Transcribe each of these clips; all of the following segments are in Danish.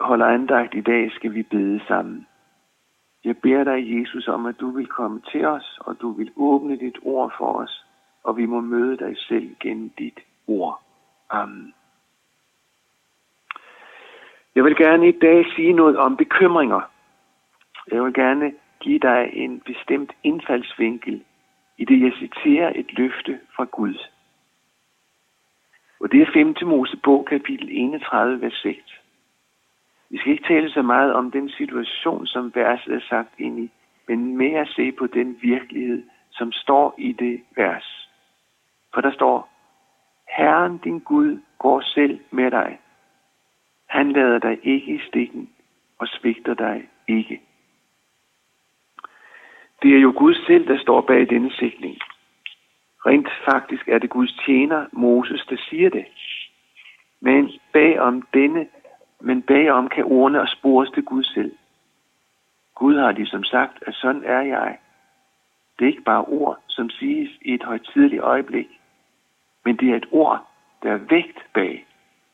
holder andagt i dag, skal vi bede sammen. Jeg beder dig, Jesus, om at du vil komme til os, og du vil åbne dit ord for os, og vi må møde dig selv gennem dit ord. Amen. Jeg vil gerne i dag sige noget om bekymringer. Jeg vil gerne give dig en bestemt indfaldsvinkel, i det jeg citerer et løfte fra Gud. Og det er 5. Mosebog, kapitel 31, vers 6. Vi skal ikke tale så meget om den situation, som verset er sagt ind i, men mere se på den virkelighed, som står i det vers. For der står, Herren din Gud går selv med dig. Han lader dig ikke i stikken og svigter dig ikke. Det er jo Gud selv, der står bag denne sætning. Rent faktisk er det Guds tjener, Moses, der siger det. Men bagom kan ordene og spores til Gud selv. Gud har ligesom sagt, at sådan er jeg. Det er ikke bare ord, som siges i et højtideligt øjeblik, men det er et ord, der er vægt bag.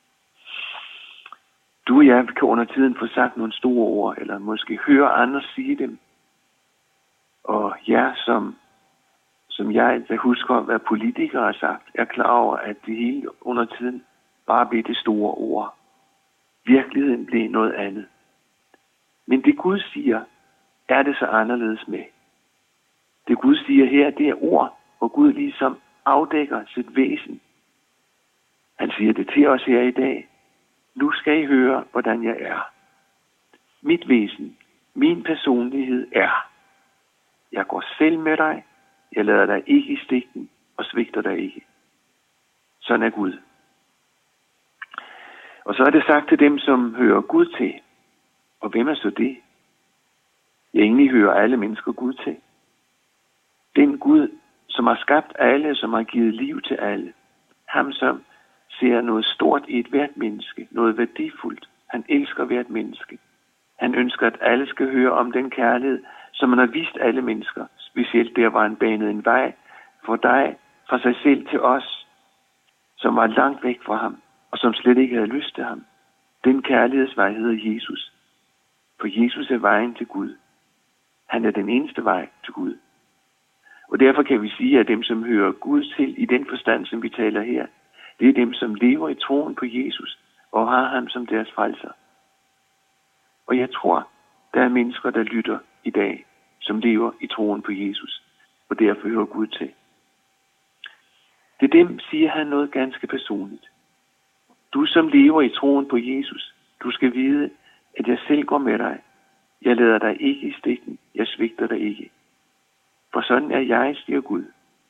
Du og jeg kan under tiden få sagt nogle store ord, eller måske høre andre sige dem. Og jeg, som jeg, der husker at være politiker, har sagt, er klar over, at det hele under tiden bare blev det store ord. Virkeligheden blev noget andet. Men det Gud siger, er det så anderledes med. Det Gud siger her, det er ord, hvor Gud ligesom afdækker sit væsen. Han siger det til os her i dag. Nu skal I høre, hvordan jeg er. Mit væsen, min personlighed er. Jeg går selv med dig. Jeg lader dig ikke i stikken og svigter dig ikke. Sådan er Gud. Og så er det sagt til dem, som hører Gud til. Og hvem er så det? Jeg egentlig hører alle mennesker Gud til. Den Gud, som har skabt alle, som har givet liv til alle. Ham, som ser noget stort i et hvert menneske, noget værdifuldt. Han elsker hvert menneske. Han ønsker, at alle skal høre om den kærlighed, som han har vist alle mennesker. Specielt der var han banet en vej for dig, fra sig selv til os, som var langt væk fra ham, og som slet ikke havde lyst til ham. Den kærlighedsvej hedder Jesus. For Jesus er vejen til Gud. Han er den eneste vej til Gud. Og derfor kan vi sige, at dem, som hører Gud til i den forstand, som vi taler her, det er dem, som lever i troen på Jesus og har ham som deres frelser. Og jeg tror, der er mennesker, der lytter i dag, som lever i troen på Jesus, og derfor hører Gud til. Det dem siger han noget ganske personligt. Du, som lever i troen på Jesus, du skal vide, at jeg selv går med dig. Jeg lader dig ikke i stikken. Jeg svigter dig ikke. For sådan er jeg, siger Gud.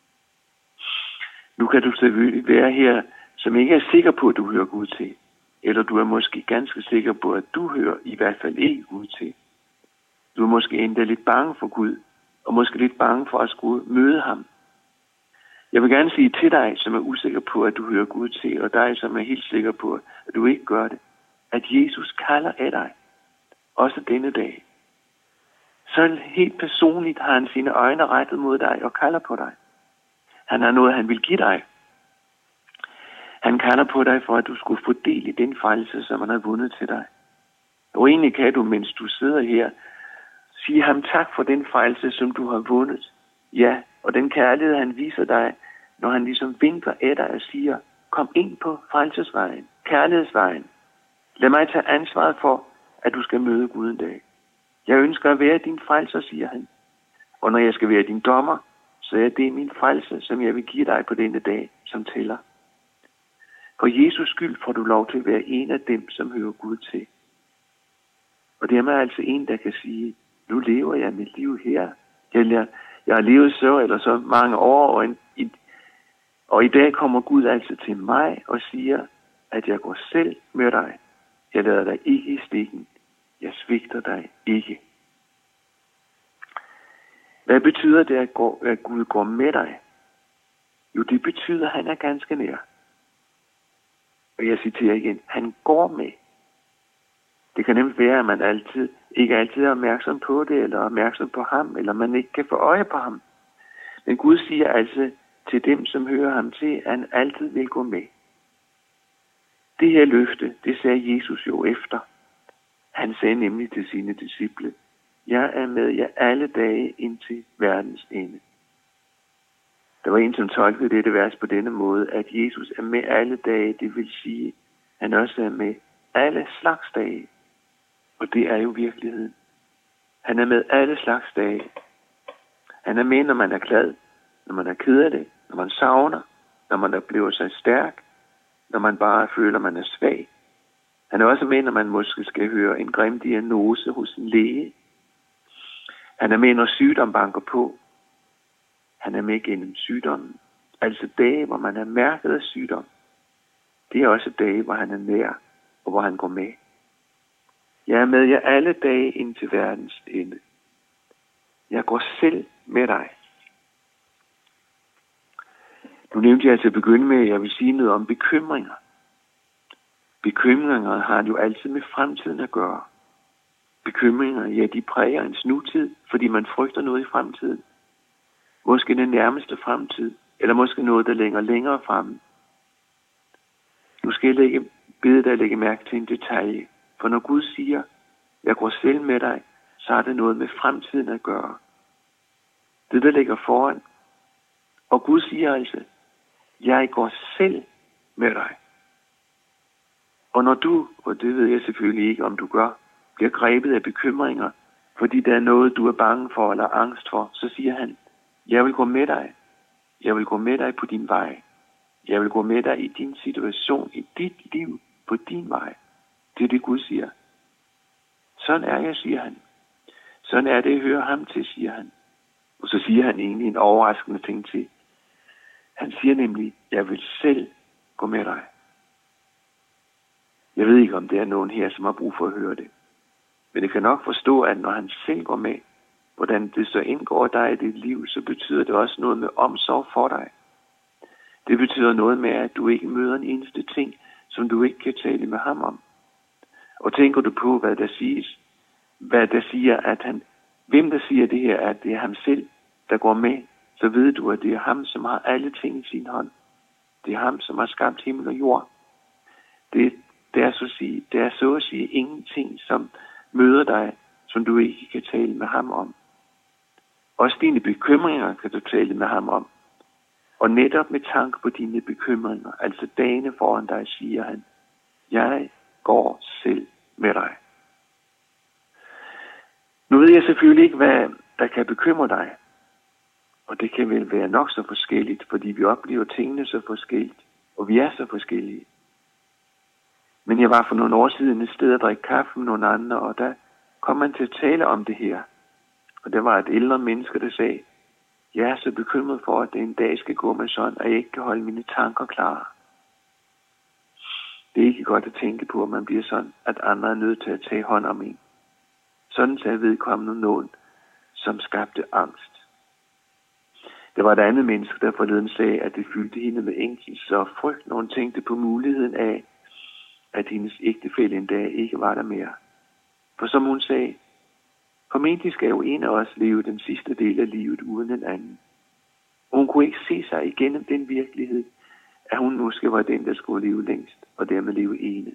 Nu kan du selvfølgelig være her, som ikke er sikker på, at du hører Gud til. Eller du er måske ganske sikker på, at du hører i hvert fald ikke Gud til. Du er måske endda lidt bange for Gud, og måske lidt bange for at skulle møde ham. Jeg vil gerne sige til dig, som er usikker på, at du hører Gud til, og dig, som er helt sikker på, at du ikke gør det, at Jesus kalder af dig, også denne dag. Så helt personligt har han sine øjne rettet mod dig og kalder på dig. Han har noget, han vil give dig. Han kalder på dig for, at du skulle få del i den frelse, som han har vundet til dig. Og egentlig kan du, mens du sidder her, sige ham tak for den frelse, som du har vundet. Ja, og den kærlighed, han viser dig, når han ligesom vinker af dig og siger, kom ind på frelsesvejen, kærlighedsvejen. Lad mig tage ansvaret for, at du skal møde Gud en dag. Jeg ønsker at være din frelser, siger han. Og når jeg skal være din dommer, så er det min frelse, som jeg vil give dig på denne dag, som tæller. For Jesus skyld får du lov til at være en af dem, som hører Gud til. Og det er mig altså en, der kan sige, nu lever jeg mit liv her. Jeg har levet så eller så mange år, og i dag kommer Gud altså til mig og siger, at jeg går selv med dig. Jeg lader dig ikke i stikken. Jeg svigter dig ikke. Hvad betyder det, at Gud går med dig? Jo, det betyder, at han er ganske nær. Og jeg citerer igen, han går med. Det kan nemlig være, at man ikke altid er opmærksom på det, eller opmærksom på ham, eller man ikke kan få øje på ham. Men Gud siger altså til dem, som hører ham til, at han altid vil gå med. Det her løfte, det sagde Jesus jo efter. Han sagde nemlig til sine disciple, jeg er med jer alle dage indtil verdens ende. Der var en, som tolkede dette vers på denne måde, at Jesus er med alle dage, det vil sige, han også er med alle slags dage. Og det er jo virkeligheden. Han er med alle slags dage. Han er med, når man er glad, når man er ked af det, når man savner, når man oplever sig stærk, når man bare føler, man er svag. Han er også med, når man måske skal høre en grim diagnose hos en læge. Han er med, når sygdom banker på. Han er med gennem sygdommen. Altså dage, hvor man er mærket af sygdom. Det er også dage, hvor han er nær, og hvor han går med. Jeg er med jer alle dage ind til verdens ende. Jeg går selv med dig. Nu nævnte jeg til at begynde med, at jeg vil sige noget om bekymringer. Bekymringer har jo altid med fremtiden at gøre. Bekymringer, ja, de præger ens nutid, fordi man frygter noget i fremtiden. Måske den nærmeste fremtid, eller måske noget, der længere fremme. Nu skal jeg bede dig at lægge mærke til en detalje. For når Gud siger, jeg går selv med dig, så har det noget med fremtiden at gøre. Det, der ligger foran. Og Gud siger altså, jeg går selv med dig. Og når du, og det ved jeg selvfølgelig ikke, om du gør, bliver grebet af bekymringer, fordi der er noget, du er bange for eller angst for, så siger han, jeg vil gå med dig. Jeg vil gå med dig på din vej. Jeg vil gå med dig i din situation, i dit liv, på din vej. Det er det, Gud siger. Sådan er jeg, siger han. Sådan er det, jeg hører ham til, siger han. Og så siger han egentlig en overraskende ting til. Han siger nemlig, jeg vil selv gå med dig. Jeg ved ikke, om der er nogen her, som har brug for at høre det. Men jeg kan nok forstå, at når han selv går med, hvordan det så indgår dig i dit liv, så betyder det også noget med omsorg for dig. Det betyder noget med, at du ikke møder en eneste ting, som du ikke kan tale med ham om. Og tænker du på, hvad der siges, hvad der siger, at hvem der siger det her, at det er ham selv, der går med, så ved du, at det er ham, som har alle ting i sin hånd. Det er ham, som har skabt himmel og jord. Det er så at sige ingenting, som møder dig, som du ikke kan tale med ham om. Også dine bekymringer kan du tale med ham om. Og netop med tanke på dine bekymringer, altså dagene foran dig, siger han, jeg går selv med dig. Nu ved jeg selvfølgelig ikke, hvad der kan bekymre dig. Og det kan vel være nok så forskelligt, fordi vi oplever tingene så forskelligt, og vi er så forskellige. Men jeg var for nogle år siden et sted at drikke kaffe med nogle andre, og der kom man til at tale om det her. Og der var et ældre menneske, der sagde, jeg er så bekymret for, at det en dag skal gå med sådan, at jeg ikke kan holde mine tanker klare. Det er ikke godt at tænke på, at man bliver sådan, at andre er nødt til at tage hånd om en. Sådan sagde vedkommende nogen, som skabte angst. Der var et andet menneske, der forleden sagde, at det fyldte hende med ængstelse og frygt, når hun tænkte på muligheden af, at hendes ægtefælle en dag ikke var der mere. For som hun sagde, formentlig skal jo en af os leve den sidste del af livet uden en anden. Og hun kunne ikke se sig igennem den virkelighed, at hun måske var den, der skulle leve længst, og dermed leve ene.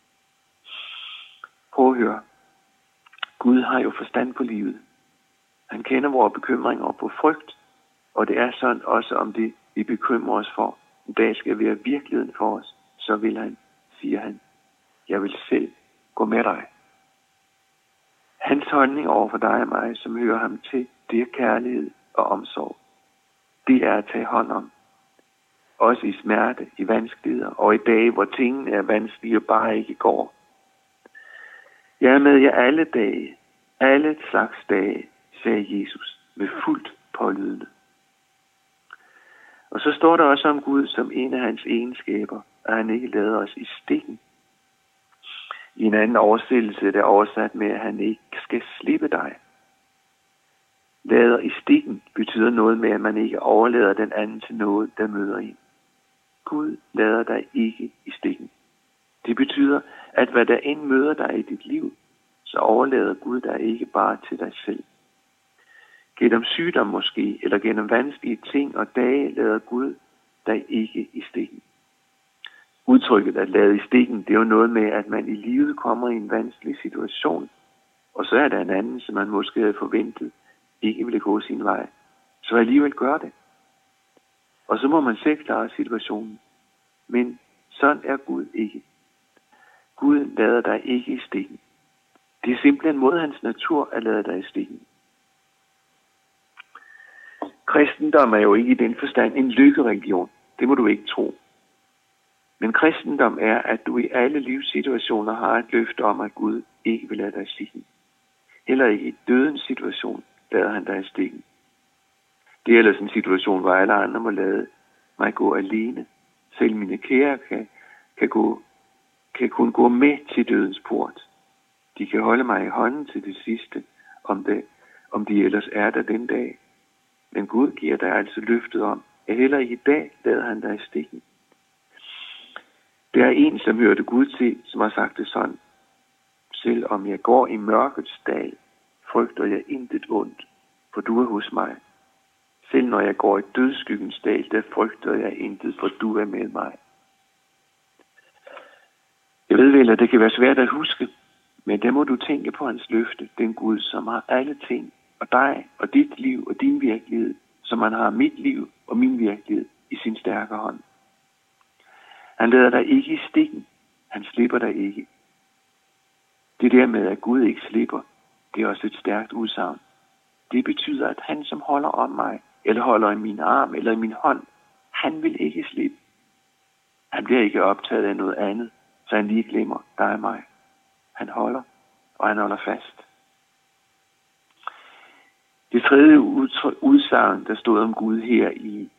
Prøv at høre. Gud har jo forstand på livet. Han kender vores bekymringer på frygt, og det er sådan også om det, vi bekymrer os for. En dag skal være virkeligheden for os, så vil han, siger han, jeg vil selv gå med dig. Hans holdning over for dig og mig, som hører ham til, det er kærlighed og omsorg. Det er at tage hånd om. Også i smerte, i vanskeligheder og i dage, hvor tingene er vanskelige og bare ikke går. Jeg er med jer alle dage, alle slags dage, sagde Jesus med fuldt pålydende. Og så står der også om Gud som en af hans egenskaber, at han ikke lader os i stikken. I en anden oversættelse er det oversat med, at han ikke skal slippe dig. Lader i stikken betyder noget med, at man ikke overlader den anden til noget, der møder en. Gud lader dig ikke i stikken. Det betyder, at hvad der end møder dig i dit liv, så overlader Gud dig ikke bare til dig selv. Gennem sygdom måske, eller gennem vanskelige ting og dage, lader Gud dig ikke i stikken. Udtrykket at lade i stikken, det er jo noget med, at man i livet kommer i en vanskelig situation, og så er der en anden, som man måske havde forventet, ikke ville gå sin vej, så alligevel gør det. Og så må man selv klare situationen. Men sådan er Gud ikke. Gud lader dig ikke i stikken. Det er simpelthen mod hans natur at lade dig i stikken. Kristendom er jo ikke i den forstand en lykkereligion. Det må du ikke tro. Men kristendom er, at du i alle livssituationer har et løfte om, at Gud ikke vil lade dig i stikken. Heller ikke i dødens situation lader han dig i stikken. Det er ellers en situation, hvor alle andre må lade mig gå alene. Selv mine kære kan kun gå med til dødens port. De kan holde mig i hånden til det sidste, om de ellers er der den dag. Men Gud giver dig altså løftet om, at heller ikke i dag lader han dig i stikken. Der er en, som hørte Gud til, som har sagt det sådan: selvom jeg går i mørkets dal, frygter jeg intet ondt, for du er hos mig. Selv når jeg går i dødsskyggens dal, der frygter jeg intet, for du er med mig. Jeg ved vel, at det kan være svært at huske, men der må du tænke på hans løfte, den Gud, som har alle ting, og dig, og dit liv, og din virkelighed, som han har mit liv og min virkelighed i sin stærke hånd. Han lader dig ikke i stikken. Han slipper dig ikke. Det der med, at Gud ikke slipper, det er også et stærkt udsagn. Det betyder, at han, som holder om mig, eller holder i min arm, eller i min hånd, han vil ikke slippe. Han bliver ikke optaget af noget andet, så han lige glemmer dig og mig. Han holder, og han holder fast. Det tredje udsagn, der stod om Gud her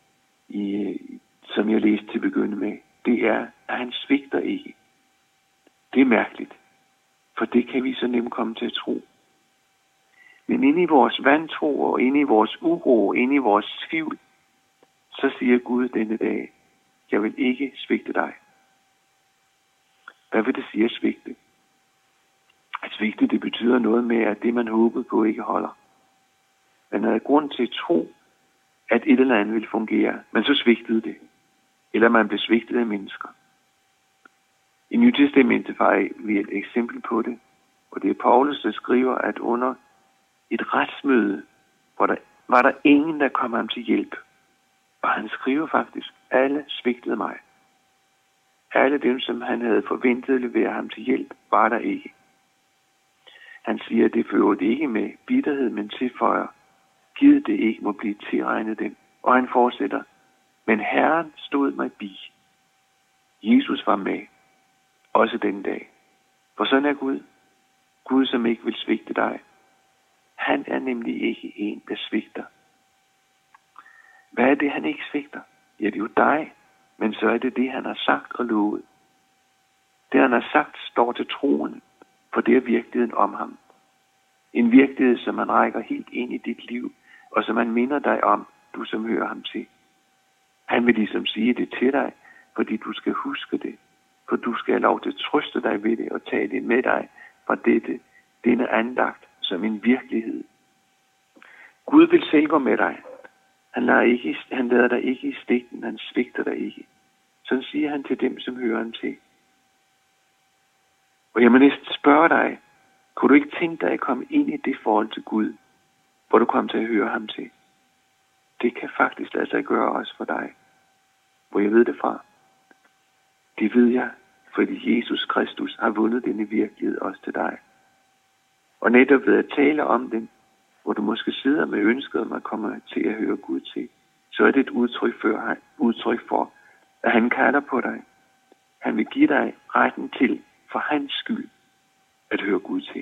som jeg læste til at begynde med, det er, at han svigter ikke. Det er mærkeligt, for det kan vi så nemt komme til at tro. Men inde i vores vantro, og inde i vores uro, inde i vores tvivl, så siger Gud denne dag: jeg vil ikke svigte dig. Hvad vil det sige at svigte? At svigte, det betyder noget med, at det man håbede på ikke holder. Man havde grund til at tro, at et eller andet ville fungere, men så svigtede det. Eller man blev svigtet af mennesker. I Nye Testamentet har vi et eksempel på det, og det er Paulus, der skriver, at under et retsmøde, var der ingen, der kom ham til hjælp. Og han skriver faktisk: alle svigtede mig. Alle dem, som han havde forventet at levere ham til hjælp, var der ikke. Han siger, at det fører det ikke med bitterhed, men tilføjer: givet det ikke må blive tilregnet dem. Og han fortsætter: men Herren stod mig bi. Jesus var med, også den dag. For sådan er Gud. Gud, som ikke vil svigte dig. Han er nemlig ikke en, der svigter. Hvad er det, han ikke svigter? Ja, det er jo dig, men så er det, han har sagt og lovet. Det, han har sagt, står til troen, for det er virkeligheden om ham. En virkelighed, som han rækker helt ind i dit liv, og som han minder dig om, du som hører ham til. Han vil ligesom sige det til dig, fordi du skal huske det, for du skal have lov til at trøste dig ved det og tage det med dig fra denne andagt som en virkelighed. Gud vil selv gå med dig. Han lader dig ikke i stikken, han svigter dig ikke. Sådan siger han til dem, som hører ham til. Og jeg må næsten spørge dig, kunne du ikke tænke dig at komme ind i det forhold til Gud, hvor du kom til at høre ham til? Det kan faktisk lade sig gøre også for dig. Hvor jeg ved det fra? Det ved jeg, fordi Jesus Kristus har vundet denne virkelighed også til dig. Og netop ved at tale om den, hvor du måske sidder med ønsket om at komme til at høre Gud til, så er det et udtryk for, at han kalder på dig. Han vil give dig retten til, for hans skyld, at høre Gud til.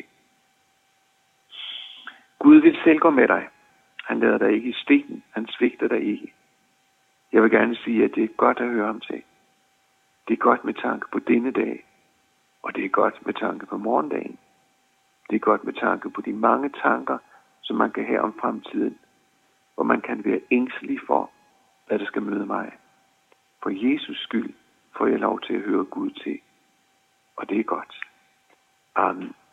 Gud vil selv gå med dig. Han lader dig ikke i stikken. Han svigter dig ikke. Jeg vil gerne sige, at det er godt at høre ham til. Det er godt med tanke på denne dag, og det er godt med tanke på morgendagen. Det er godt med tanke på de mange tanker, som man kan have om fremtiden, hvor man kan være ængstelig for, hvad der skal møde mig. For Jesus skyld får jeg lov til at høre Gud til, og det er godt. Amen.